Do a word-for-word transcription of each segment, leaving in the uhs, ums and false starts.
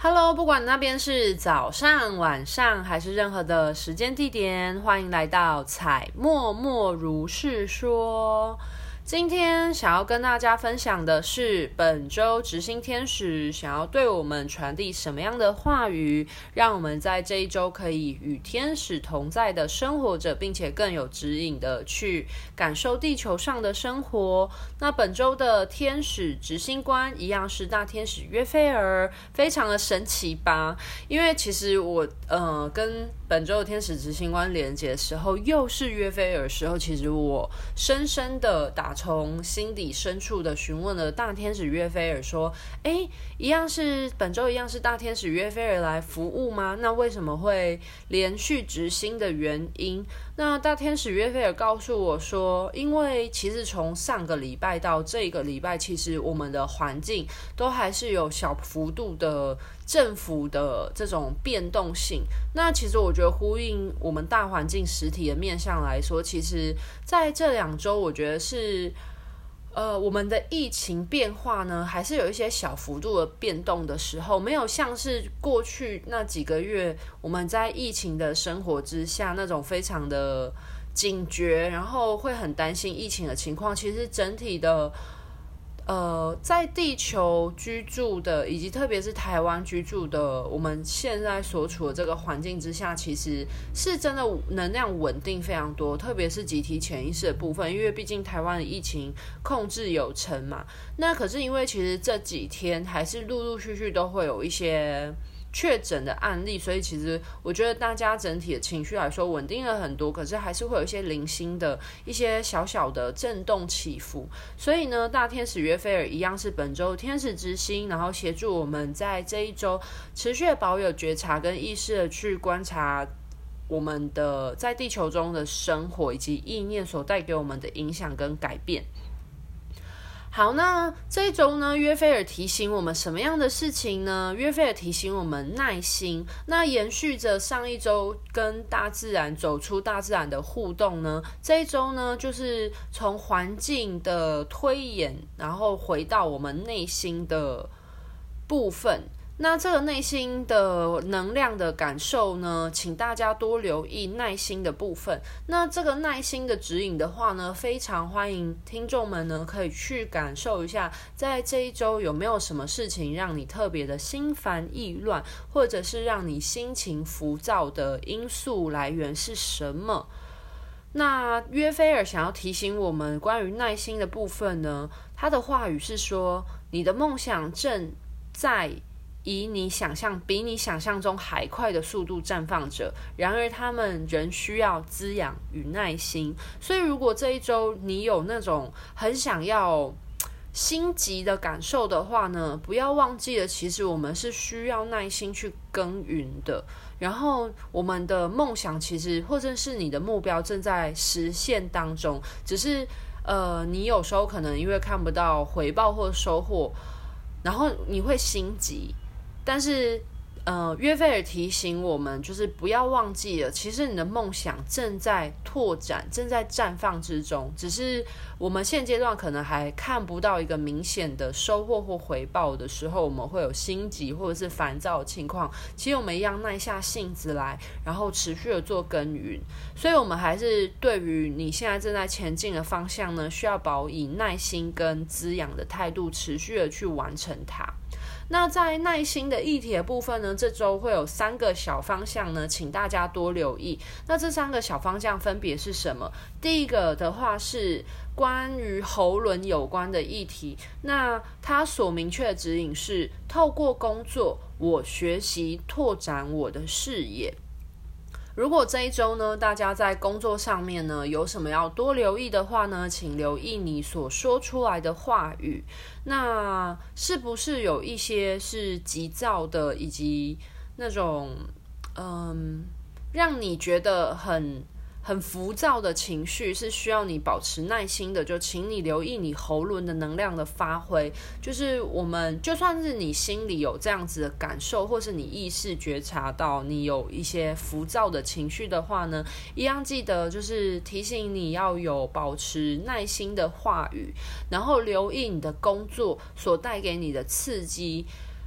Hello， 不管那边是早上、晚上还是任何的时间地点，欢迎来到采默默如是说。今天想要跟大家分享的是本周执星天使想要对我们传递什么样的话语，让我们在这一周可以与天使同在的生活着，并且更有指引的去感受地球上的生活。那本周的天使执星官一样是大天使约菲尔，非常的神奇吧？因为其实我呃跟本周的天使执星官连接的时候，又是约菲尔的时候，其实我深深的打从心底深处的询问了大天使约菲尔说，诶，一样是本周一样是大天使约菲尔来服务吗？那为什么会连续执星的原因？那大天使约菲尔告诉我说，因为其实从上个礼拜到这个礼拜，其实我们的环境都还是有小幅度的政府的这种变动性。那其实我觉得呼应我们大环境实体的面向来说，其实在这两周我觉得是呃，我们的疫情变化呢，还是有一些小幅度的变动的时候，没有像是过去那几个月我们在疫情的生活之下那种非常的警觉，然后会很担心疫情的情况。其实整体的呃，在地球居住的，以及特别是台湾居住的，我们现在所处的这个环境之下，其实是真的能量稳定非常多，特别是集体潜意识的部分，因为毕竟台湾的疫情控制有成嘛。那可是因为其实这几天还是陆陆续续都会有一些确诊的案例，所以其实我觉得大家整体的情绪来说稳定了很多，可是还是会有一些零星的一些小小的震动起伏。所以呢，大天使约菲尔一样是本周天使之星，然后协助我们在这一周持续的保有觉察跟意识的去观察我们的在地球中的生活以及意念所带给我们的影响跟改变。好，那这一周呢，约菲尔提醒我们什么样的事情呢？约菲尔提醒我们耐心。那延续着上一周跟大自然走出大自然的互动呢，这一周呢，就是从环境的推演，然后回到我们内心的部分。那这个内心的能量的感受呢，请大家多留意耐心的部分。那这个耐心的指引的话呢，非常欢迎听众们呢可以去感受一下，在这一周有没有什么事情让你特别的心烦意乱，或者是让你心情浮躁的因素来源是什么。那约菲尔想要提醒我们关于耐心的部分呢，他的话语是说，你的梦想正在以你想象比你想象中还快的速度绽放着，然而他们仍需要滋养与耐心。所以如果这一周你有那种很想要心急的感受的话呢，不要忘记了，其实我们是需要耐心去耕耘的。然后我们的梦想其实或者是你的目标正在实现当中，只是呃，你有时候可能因为看不到回报或收获，然后你会心急。但是呃，约菲尔提醒我们，就是不要忘记了，其实你的梦想正在拓展，正在绽放之中，只是我们现阶段可能还看不到一个明显的收获或回报的时候，我们会有心急或者是烦躁的情况。其实我们一样耐下性子来，然后持续的做耕耘。所以我们还是对于你现在正在前进的方向呢，需要保以耐心跟滋养的态度，持续的去完成它。那在耐心的议题的部分呢，这周会有三个小方向呢，请大家多留意。那这三个小方向分别是什么？第一个的话是关于喉轮有关的议题，那它所明确的指引是，透过工作，我学习拓展我的视野。如果这一周呢，大家在工作上面呢有什么要多留意的话呢，请留意你所说出来的话语。那是不是有一些是急躁的，以及那种嗯，让你觉得很很浮躁的情绪，是需要你保持耐心的，就请你留意你喉轮的能量的发挥。就是我们就算是你心里有这样子的感受，或是你意识觉察到你有一些浮躁的情绪的话呢，一样记得就是提醒你要有保持耐心的话语，然后留意你的工作所带给你的刺激。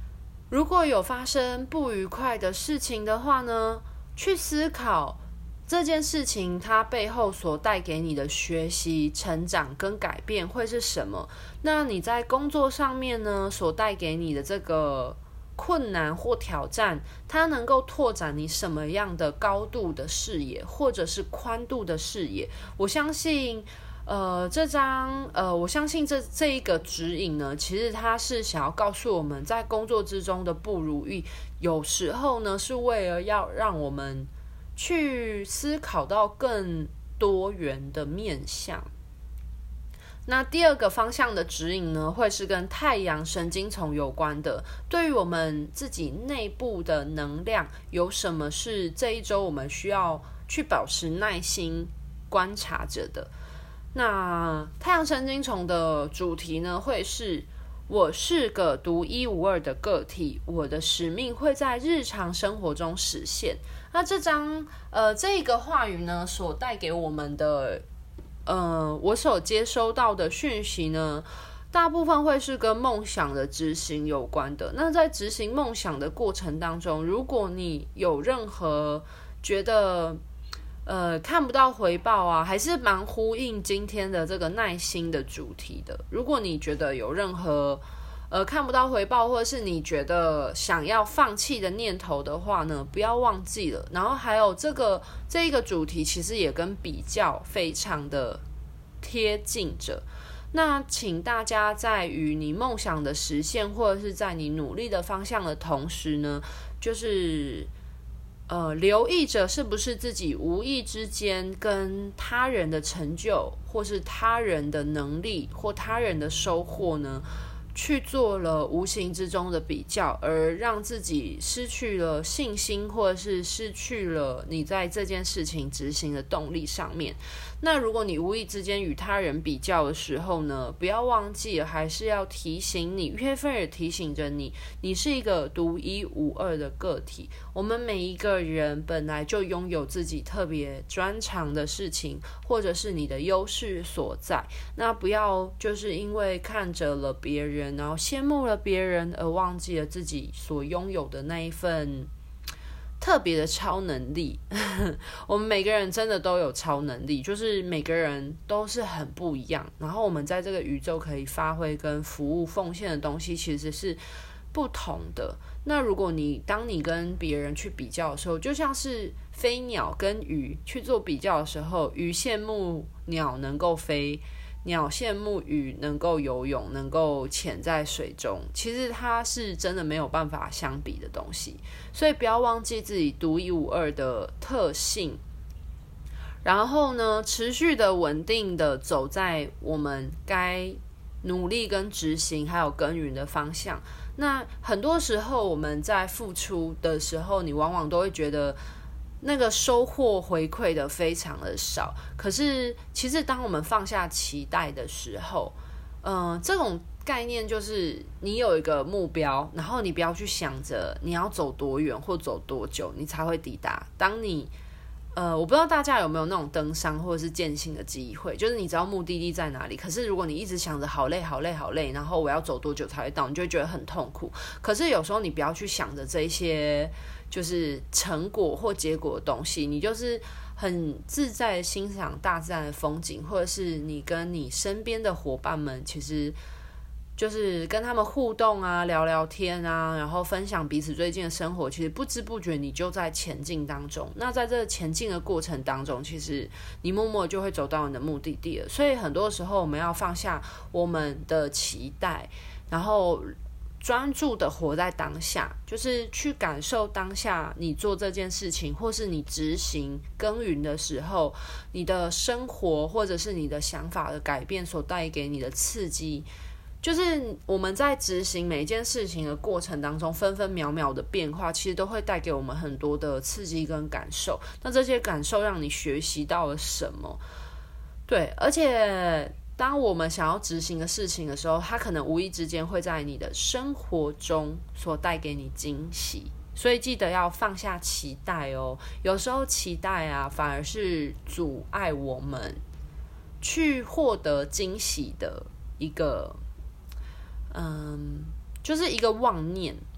如果有发生不愉快的事情的话呢，去思考这件事情它背后所带给你的学习、成长跟改变会是什么？那你在工作上面呢，所带给你的这个困难或挑战，它能够拓展你什么样的高度的视野，或者是宽度的视野？我相信，呃，这张，呃，我相信这这一个指引呢，其实它是想要告诉我们在工作之中的不如意，有时候呢是为了要让我们去思考到更多元的面向。那第二个方向的指引呢，会是跟太阳神经丛有关的，对于我们自己内部的能量，有什么是这一周我们需要去保持耐心观察着的。那太阳神经丛的主题呢，会是我是个独一无二的个体，我的使命会在日常生活中实现。那这张呃这个话语呢，所带给我们的呃我所接收到的讯息呢，大部分会是跟梦想的执行有关的。那在执行梦想的过程当中，如果你有任何觉得呃看不到回报啊，还是蛮呼应今天的这个耐心的主题的。如果你觉得有任何呃看不到回报，或者是你觉得想要放弃的念头的话呢，不要忘记了。然后还有这个这一个主题其实也跟比较非常的贴近着。那请大家在于你梦想的实现，或者是在你努力的方向的同时呢，就是呃留意着是不是自己无意之间跟他人的成就，或是他人的能力，或他人的收获呢，去做了无形之中的比较，而让自己失去了信心，或者是失去了你在这件事情执行的动力上面。那如果你无意之间与他人比较的时候呢，不要忘记了，还是要提醒你，约菲尔提醒着你，你是一个独一无二的个体。我们每一个人本来就拥有自己特别专长的事情，或者是你的优势所在。那不要就是因为看着了别人，然后羡慕了别人，而忘记了自己所拥有的那一份特别的超能力。我们每个人真的都有超能力，就是每个人都是很不一样，然后我们在这个宇宙可以发挥跟服务奉献的东西其实是不同的。那如果你当你跟别人去比较的时候，就像是飞鸟跟鱼去做比较的时候，鱼羡慕鸟能够飞，鸟羡慕鱼能够游泳，能够潜在水中，其实它是真的没有办法相比的东西。所以不要忘记自己独一无二的特性，然后呢，持续的稳定的走在我们该努力跟执行还有耕耘的方向。那很多时候我们在付出的时候，你往往都会觉得那个收获回馈的非常的少，可是其实当我们放下期待的时候，呃，这种概念就是你有一个目标，然后你不要去想着你要走多远或走多久你才会抵达。当你呃，我不知道大家有没有那种登山或者是健行的机会，就是你知道目的地在哪里，可是如果你一直想着好累好累好累，然后我要走多久才会到，你就会觉得很痛苦。可是有时候你不要去想着这些就是成果或结果的东西，你就是很自在的欣赏大自然的风景，或者是你跟你身边的伙伴们，其实就是跟他们互动啊，聊聊天啊，然后分享彼此最近的生活，其实不知不觉你就在前进当中。那在这前进的过程当中，其实你默默就会走到你的目的地了。所以很多时候我们要放下我们的期待，然后专注的活在当下，就是去感受当下你做这件事情，或是你执行耕耘的时候，你的生活或者是你的想法的改变所带给你的刺激。就是我们在执行每一件事情的过程当中，分分秒秒的变化，其实都会带给我们很多的刺激跟感受。那这些感受让你学习到了什么？对，而且当我们想要执行的事情的时候，它可能无意之间会在你的生活中所带给你惊喜。所以记得要放下期待哦。有时候期待啊，反而是阻碍我们去获得惊喜的一个嗯，就是一个妄念。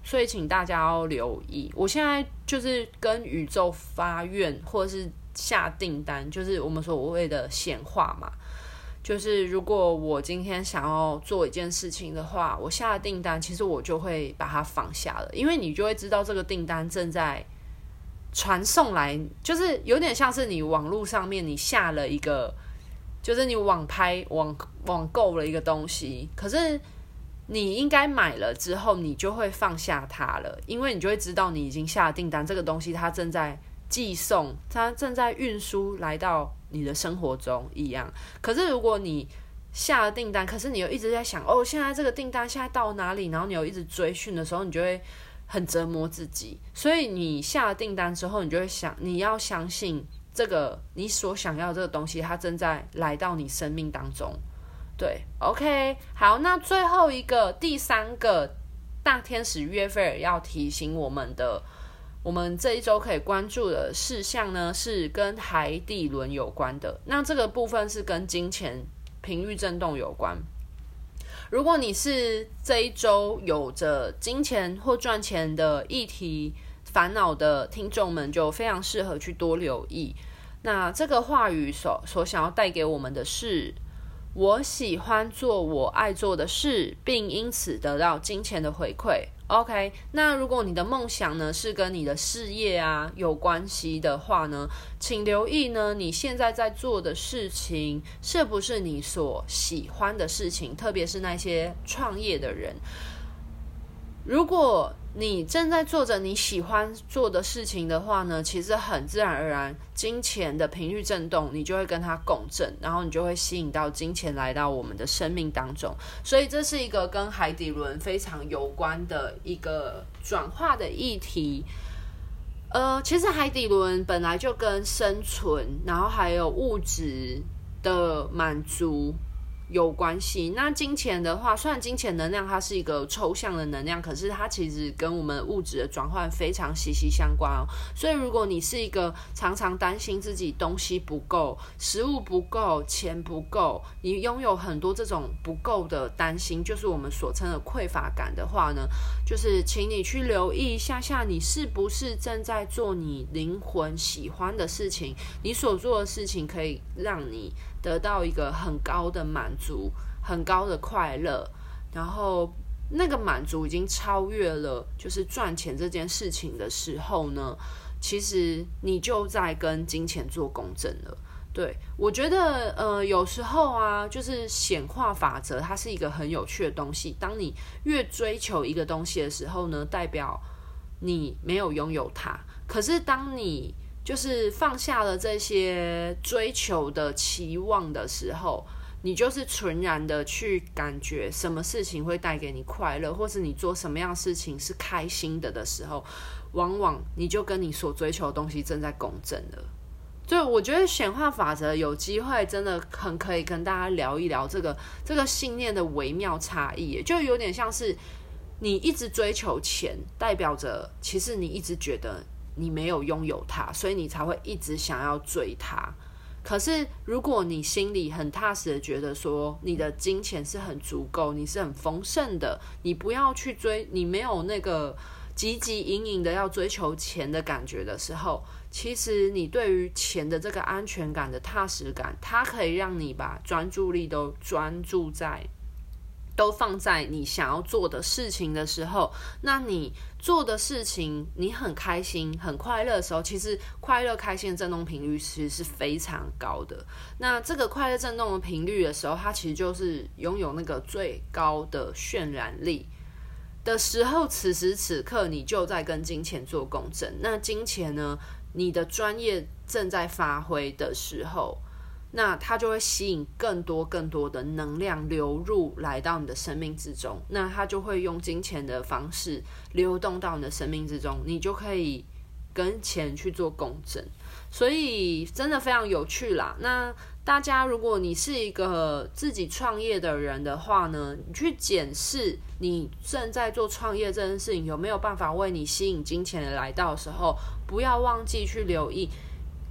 所以请大家要留意。我现在就是跟宇宙发愿，或者是下订单，就是我们所谓的显化嘛。就是如果我今天想要做一件事情的话，我下了订单，其实我就会把它放下了，因为你就会知道这个订单正在传送来，就是有点像是你网络上面你下了一个，就是你网拍网网购了一个东西，可是你应该买了之后，你就会放下它了，因为你就会知道你已经下了订单，这个东西它正在寄送，它正在运输来到你的生活中一样。可是如果你下了订单，可是你又一直在想，哦，现在这个订单现在到哪里，然后你又一直追讯的时候，你就会很折磨自己。所以你下了订单之后，你就会想，你要相信这个你所想要的这个东西，它正在来到你生命当中。对 ，OK， 好，那最后一个第三个大天使约菲尔要提醒我们的，我们这一周可以关注的事项呢，是跟海底轮有关的。那这个部分是跟金钱频率震动有关。如果你是这一周有着金钱或赚钱的议题烦恼的听众们，就非常适合去多留意。那这个话语所所想要带给我们的是，我喜欢做我爱做的事，并因此得到金钱的回馈。OK， 那如果你的梦想呢是跟你的事业啊有关系的话呢，请留意呢你现在在做的事情是不是你所喜欢的事情，特别是那些创业的人。如果你正在做着你喜欢做的事情的话呢，其实很自然而然，金钱的频率震动，你就会跟它共振，然后你就会吸引到金钱来到我们的生命当中。所以这是一个跟海底轮非常有关的一个转化的议题。呃，其实海底轮本来就跟生存，然后还有物质的满足有关系。那金钱的话，虽然金钱能量它是一个抽象的能量，可是它其实跟我们物质的转换非常息息相关哦。所以如果你是一个常常担心自己东西不够，食物不够，钱不够，你拥有很多这种不够的担心，就是我们所称的匮乏感的话呢，就是请你去留意一下下，你是不是正在做你灵魂喜欢的事情，你所做的事情可以让你得到一个很高的满足，很高的快乐，然后那个满足已经超越了就是赚钱这件事情的时候呢，其实你就在跟金钱做共振了。对，我觉得呃有时候啊，就是显化法则它是一个很有趣的东西。当你越追求一个东西的时候呢，代表你没有拥有它。可是当你就是放下了这些追求的期望的时候，你就是纯然的去感觉什么事情会带给你快乐，或是你做什么样的事情是开心的的时候，往往你就跟你所追求的东西正在共振了。所以我觉得显化法则有机会真的很可以跟大家聊一聊这个这个信念的微妙差异，就有点像是你一直追求钱，代表着其实你一直觉得你没有拥有它，所以你才会一直想要追它。可是如果你心里很踏实的觉得说你的金钱是很足够，你是很丰盛的，你不要去追，你没有那个汲汲营营的要追求钱的感觉的时候，其实你对于钱的这个安全感的踏实感，它可以让你把专注力都专注在都放在你想要做的事情的时候，那你做的事情你很开心很快乐的时候，其实快乐开心的振动频率其实是非常高的。那这个快乐振动的频率的时候，它其实就是拥有那个最高的渲染力的时候，此时此刻你就在跟金钱做共振。那金钱呢，你的专业正在发挥的时候，那它就会吸引更多更多的能量流入来到你的生命之中，那它就会用金钱的方式流动到你的生命之中，你就可以跟钱去做共振。所以真的非常有趣啦。那大家如果你是一个自己创业的人的话呢，你去检视你正在做创业这件事情有没有办法为你吸引金钱的来到的时候，不要忘记去留意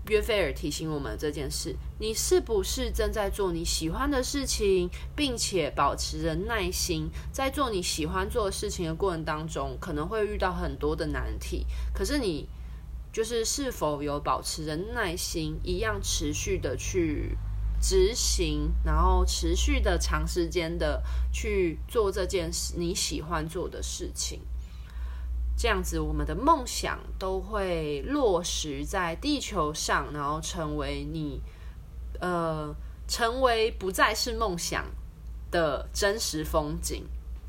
约菲尔提醒我们这件事，你是不是正在做你喜欢的事情，并且保持着耐心，在做你喜欢做的事情的过程当中，可能会遇到很多的难题，可是你就是是否有保持着耐心，一样持续的去执行，然后持续的长时间的去做这件事你喜欢做的事情，这样子我们的梦想都会落实在地球上，然后成为你呃成为不再是梦想的真实风景。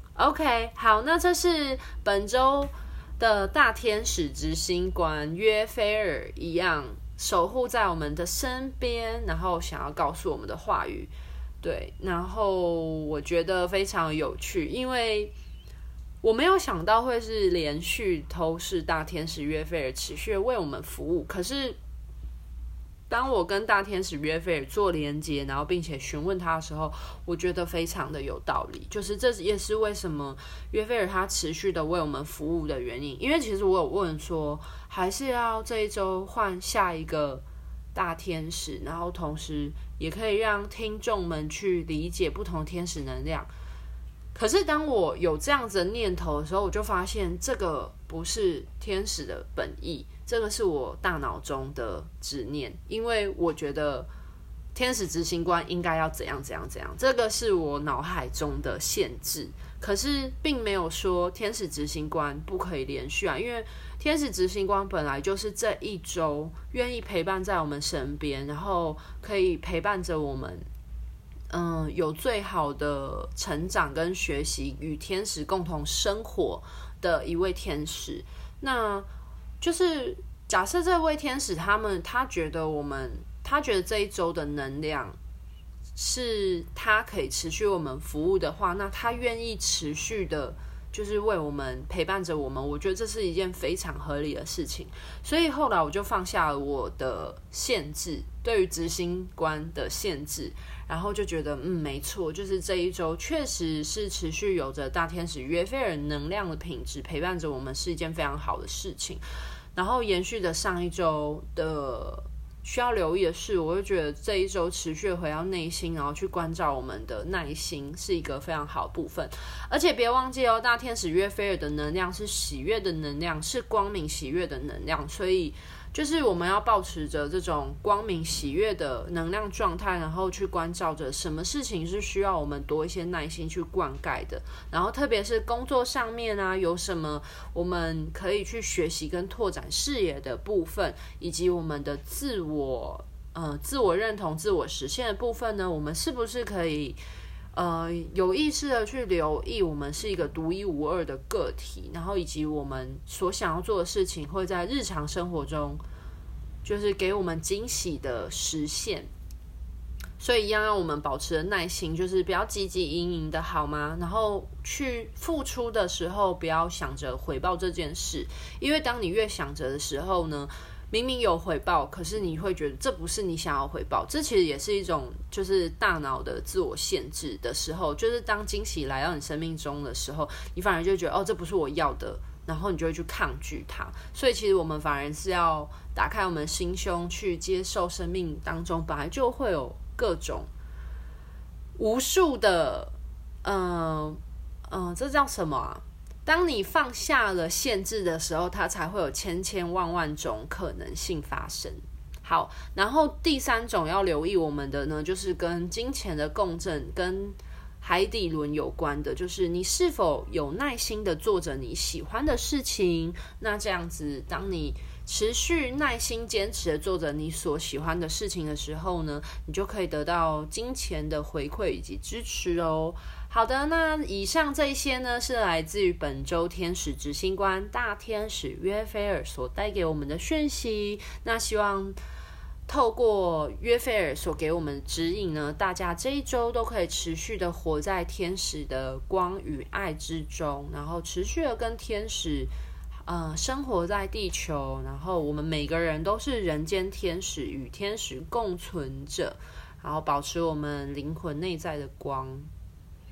OK， 好，那这是本周的大天使执行官约菲尔一样守护在我们的身边，然后想要告诉我们的话语。对，然后我觉得非常有趣，因为我没有想到会是连续都是大天使约菲尔持续为我们服务，可是当我跟大天使约菲尔做连接，然后并且询问他的时候，我觉得非常的有道理，就是这也是为什么约菲尔他持续的为我们服务的原因。因为其实我有问说，还是要这一周换下一个大天使，然后同时也可以让听众们去理解不同天使能量。可是当我有这样子的念头的时候，我就发现这个不是天使的本意，这个是我大脑中的执念，因为我觉得天使执行官应该要怎样怎样怎样，这个是我脑海中的限制。可是并没有说天使执行官不可以连续啊，因为天使执行官本来就是这一周愿意陪伴在我们身边，然后可以陪伴着我们嗯，有最好的成长跟学习，与天使共同生活的一位天使。那就是假设这位天使他们他觉得我们他觉得这一周的能量是他可以持续为我们服务的话，那他愿意持续的就是为我们陪伴着我们，我觉得这是一件非常合理的事情。所以后来我就放下了我的限制，对于执行官的限制，然后就觉得嗯没错，就是这一周确实是持续有着大天使约菲尔能量的品质陪伴着我们，是一件非常好的事情。然后延续的上一周的需要留意的是，我就觉得这一周持续回到内心，然后去关照我们的耐心，是一个非常好的部分。而且别忘记哦，大天使约菲尔的能量是喜悦的能量，是光明喜悦的能量，所以就是我们要保持着这种光明喜悦的能量状态，然后去关照着什么事情是需要我们多一些耐心去灌溉的。然后特别是工作上面啊，有什么我们可以去学习跟拓展视野的部分，以及我们的自我呃自我认同、自我实现的部分呢，我们是不是可以呃，有意识的去留意我们是一个独一无二的个体，然后以及我们所想要做的事情会在日常生活中就是给我们惊喜的实现。所以一样让我们保持耐心，就是不要汲汲营营的好吗？然后去付出的时候不要想着回报这件事，因为当你越想着的时候呢，明明有回报，可是你会觉得这不是你想要回报，这其实也是一种就是大脑的自我限制的时候，就是当惊喜来到你生命中的时候，你反而就觉得哦，这不是我要的，然后你就会去抗拒它。所以其实我们反而是要打开我们心胸，去接受生命当中本来就会有各种无数的嗯嗯、呃呃，这叫什么啊？当你放下了限制的时候，它才会有千千万万种可能性发生。好，然后第三种要留意我们的呢，就是跟金钱的共振跟海底轮有关的，就是你是否有耐心的做着你喜欢的事情。那这样子，当你持续耐心坚持的做着你所喜欢的事情的时候呢，你就可以得到金钱的回馈以及支持哦。好的，那以上这些呢，是来自于本周天使执行官大天使约菲尔所带给我们的讯息。那希望透过约菲尔所给我们的指引呢，大家这一周都可以持续的活在天使的光与爱之中，然后持续的跟天使呃，生活在地球，然后我们每个人都是人间天使，与天使共存着，然后保持我们灵魂内在的光。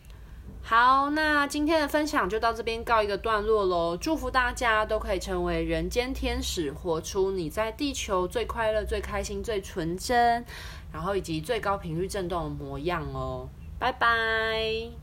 好，那今天的分享就到这边告一个段落咯。祝福大家都可以成为人间天使，活出你在地球最快乐、最开心、最纯真，然后以及最高频率振动的模样哦。拜拜。